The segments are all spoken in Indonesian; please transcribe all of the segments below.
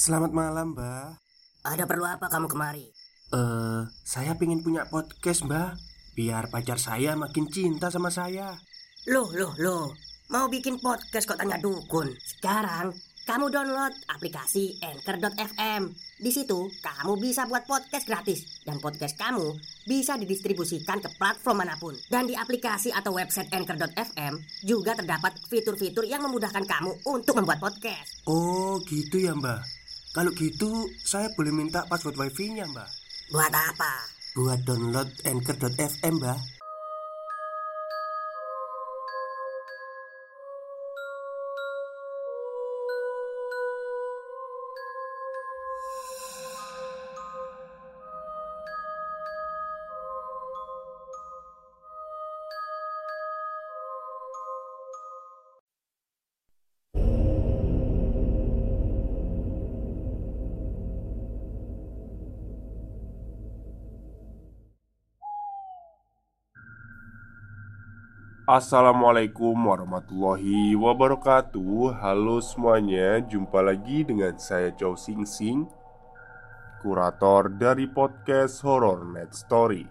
Selamat malam, Mbak. Ada perlu apa kamu kemari? Saya pengen punya podcast, Mbak. Biar pacar saya makin cinta sama saya. Loh. Mau bikin podcast kok tanya dukun? Sekarang kamu download aplikasi Anchor.fm. Di situ kamu bisa buat podcast gratis dan podcast kamu bisa didistribusikan ke platform manapun. Dan di aplikasi atau website Anchor.fm juga terdapat fitur-fitur yang memudahkan kamu untuk membuat podcast. Oh, gitu ya, Mbak. Kalau gitu, saya boleh minta password wifi-nya, Mbak. Buat apa? Buat download Anchor.fm, Mbak. Assalamualaikum warahmatullahi wabarakatuh. Halo semuanya, jumpa lagi dengan saya Chow Sing Sing, kurator dari podcast Horror Net Story.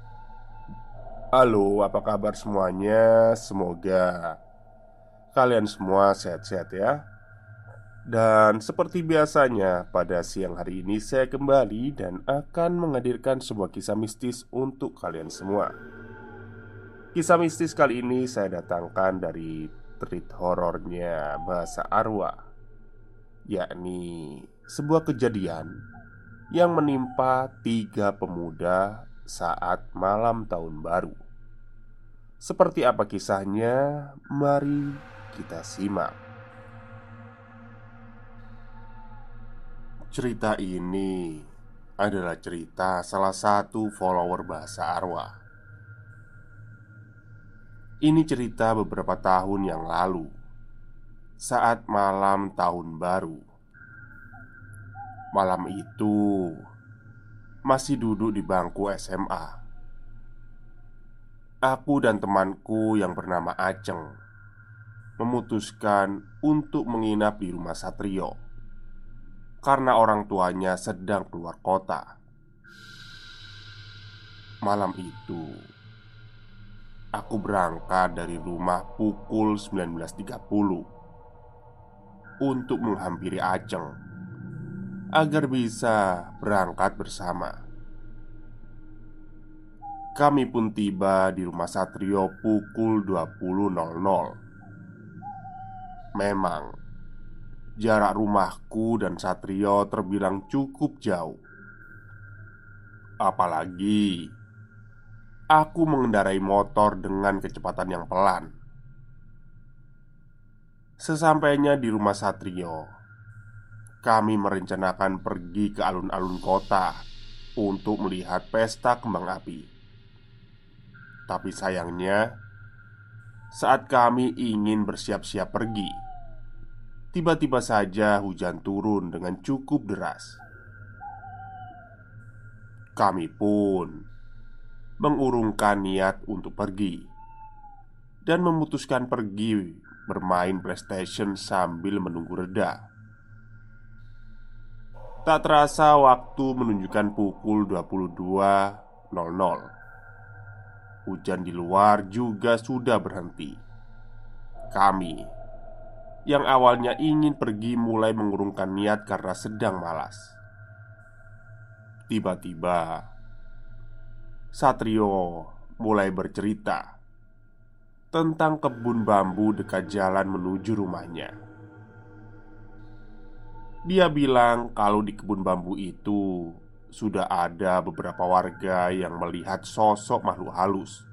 Halo, apa kabar semuanya? Semoga kalian semua sehat-sehat ya. Dan seperti biasanya, pada siang hari ini saya kembali dan akan menghadirkan sebuah kisah mistis untuk kalian semua. Kisah mistis kali ini saya datangkan dari treat horornya Bahasa Arwah, yakni sebuah kejadian yang menimpa 3 pemuda saat malam tahun baru. Seperti apa kisahnya? Mari kita simak. Cerita ini adalah cerita salah satu follower Bahasa Arwah. Ini cerita beberapa tahun yang lalu, saat malam tahun baru. Malam itu masih duduk di bangku SMA. Aku dan temanku yang bernama Aceng memutuskan untuk menginap di rumah Satrio karena orang tuanya sedang keluar kota. Malam itu aku berangkat dari rumah pukul 19.30 untuk menghampiri Aceng agar bisa berangkat bersama. Kami pun tiba di rumah Satrio pukul 20.00. Memang jarak rumahku dan Satrio terbilang cukup jauh. Apalagi aku mengendarai motor dengan kecepatan yang pelan. Sesampainya di rumah Satrio, kami merencanakan pergi ke alun-alun kota untuk melihat pesta kembang api. Tapi sayangnya, saat kami ingin bersiap-siap pergi, tiba-tiba saja hujan turun dengan cukup deras. Kami pun mengurungkan niat untuk pergi dan memutuskan pergi bermain PlayStation sambil menunggu reda. Tak terasa waktu menunjukkan pukul 22.00. Hujan di luar juga sudah berhenti. Kami yang awalnya ingin pergi mulai mengurungkan niat karena sedang malas. Tiba-tiba Satrio mulai bercerita tentang kebun bambu dekat jalan menuju rumahnya. Dia bilang kalau di kebun bambu itu sudah ada beberapa warga yang melihat sosok makhluk halus.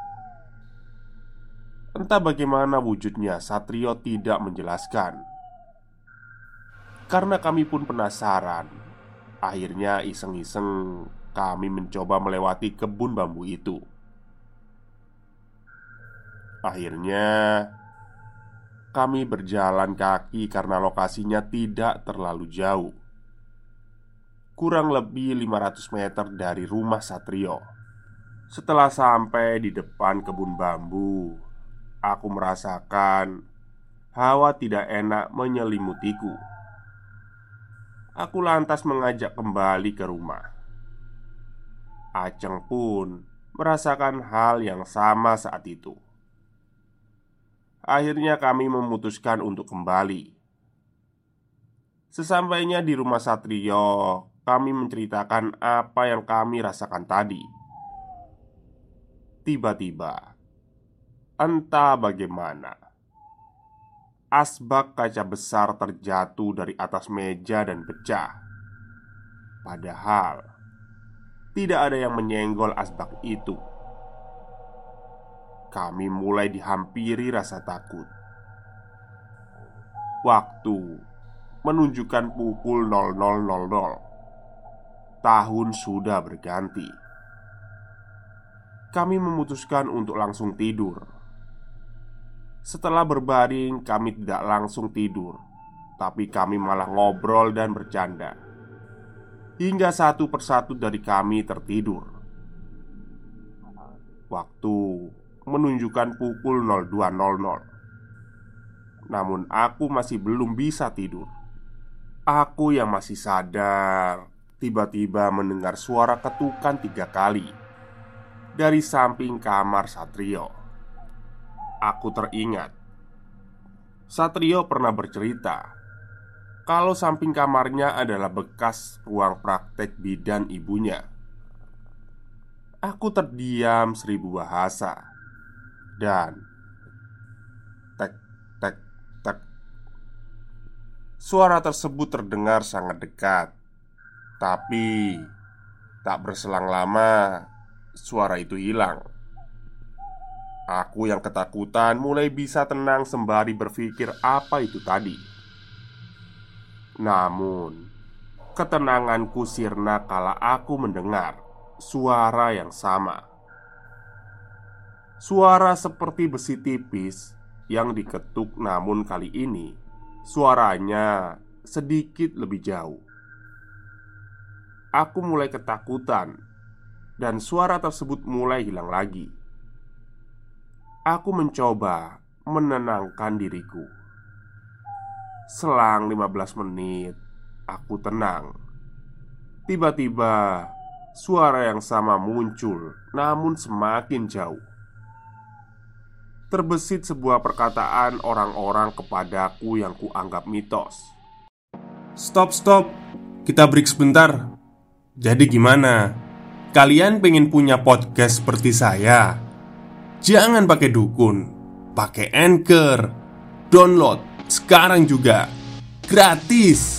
Entah bagaimana wujudnya, Satrio tidak menjelaskan. Karena kami pun penasaran, akhirnya iseng-iseng kami mencoba melewati kebun bambu itu. Akhirnya kami berjalan kaki karena lokasinya tidak terlalu jauh, kurang lebih 500 meter dari rumah Satrio. Setelah sampai di depan kebun bambu, aku merasakan hawa tidak enak menyelimutiku. Aku lantas mengajak kembali ke rumah. Aceng pun merasakan hal yang sama saat itu. Akhirnya kami memutuskan untuk kembali. Sesampainya di rumah Satrio, kami menceritakan apa yang kami rasakan tadi. Tiba-tiba, entah bagaimana, asbak kaca besar terjatuh dari atas meja dan pecah. Padahal tidak ada yang menyenggol asbak itu. Kami mulai dihampiri rasa takut. Waktu menunjukkan pukul 00.00. Tahun sudah berganti. Kami memutuskan untuk langsung tidur. Setelah berbaring, kami tidak langsung tidur, tapi kami malah ngobrol dan bercanda hingga satu persatu dari kami tertidur. Waktu menunjukkan pukul 02.00. Namun aku masih belum bisa tidur. Aku yang masih sadar tiba-tiba mendengar suara ketukan 3 kali dari samping kamar Satrio. Aku teringat Satrio pernah bercerita kalau samping kamarnya adalah bekas ruang praktek bidan ibunya. Aku terdiam 1000 bahasa. Dan tek, tek, tek. Suara tersebut terdengar sangat dekat. Tapi tak berselang lama, suara itu hilang. Aku yang ketakutan mulai bisa tenang sembari berpikir apa itu tadi. Namun, ketenanganku sirna kala aku mendengar suara yang sama. Suara seperti besi tipis yang diketuk, namun kali ini suaranya sedikit lebih jauh. Aku mulai ketakutan dan suara tersebut mulai hilang lagi. Aku mencoba menenangkan diriku. Selang 15 menit, aku tenang. Tiba-tiba, suara yang sama muncul, namun semakin jauh. Terbesit sebuah perkataan orang-orang kepadaku yang kuanggap mitos. Stop, stop. Kita break sebentar. Jadi gimana? Kalian pengen punya podcast seperti saya? Jangan pakai dukun, pakai Anchor. Download sekarang juga, gratis.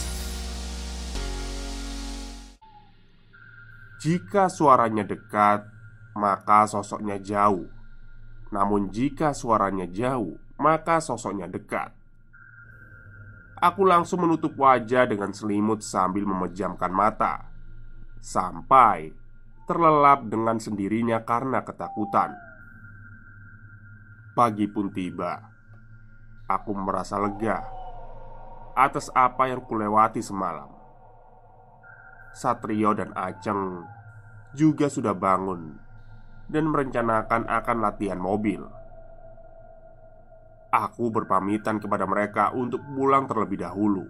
Jika suaranya dekat, maka sosoknya jauh. Namun jika suaranya jauh, maka sosoknya dekat. Aku langsung menutup wajah dengan selimut sambil memejamkan mata, sampai terlelap dengan sendirinya karena ketakutan. Pagi pun tiba. Aku merasa lega atas apa yang kulewati semalam. Satrio dan Aceng juga sudah bangun dan merencanakan akan latihan mobil. Aku berpamitan kepada mereka untuk pulang terlebih dahulu.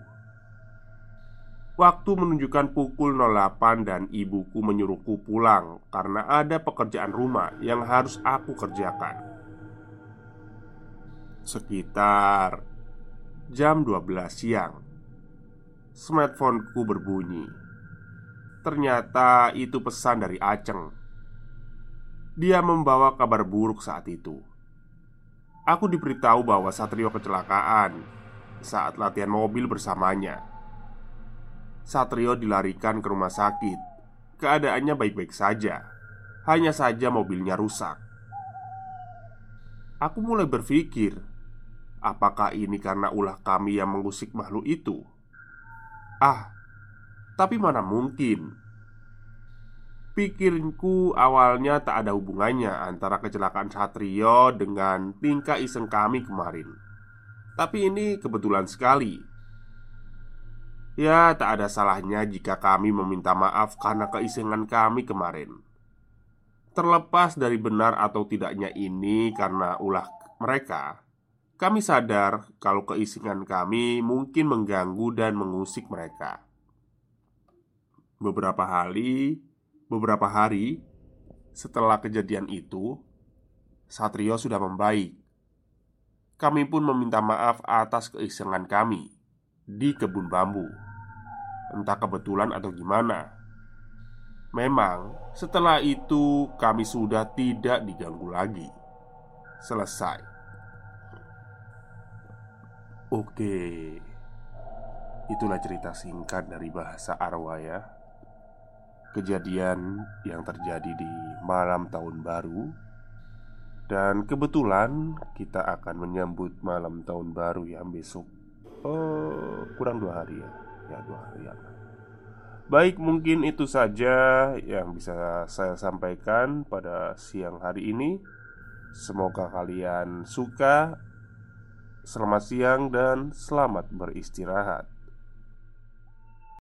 Waktu menunjukkan pukul 08 dan ibuku menyuruhku pulang karena ada pekerjaan rumah yang harus aku kerjakan. Sekitar jam 12 siang, smartphoneku berbunyi. Ternyata itu pesan dari Aceng. Dia membawa kabar buruk saat itu. Aku diberitahu bahwa Satrio kecelakaan saat latihan mobil bersamanya. Satrio dilarikan ke rumah sakit. Keadaannya baik-baik saja. Hanya saja mobilnya rusak. Aku mulai berpikir, apakah ini karena ulah kami yang mengusik makhluk itu? Tapi mana mungkin. Pikirku awalnya tak ada hubungannya antara kecelakaan Satrio dengan tingkah iseng kami kemarin. Tapi ini kebetulan sekali. Ya, tak ada salahnya jika kami meminta maaf karena keisengan kami kemarin. Terlepas dari benar atau tidaknya ini karena ulah mereka, kami sadar kalau keisengan kami mungkin mengganggu dan mengusik mereka. Beberapa hari setelah kejadian itu, Satrio sudah membaik. Kami pun meminta maaf atas keisengan kami di kebun bambu. Entah kebetulan atau gimana. Memang setelah itu kami sudah tidak diganggu lagi. Selesai. Oke, itulah cerita singkat dari bahasa arwah ya. Kejadian yang terjadi di malam tahun baru. Dan kebetulan kita akan menyambut malam tahun baru ya besok. Kurang 2 hari ya. Ya 2 hari ya. Baik, mungkin itu saja yang bisa saya sampaikan pada siang hari ini. Semoga kalian suka. Selamat siang dan selamat beristirahat.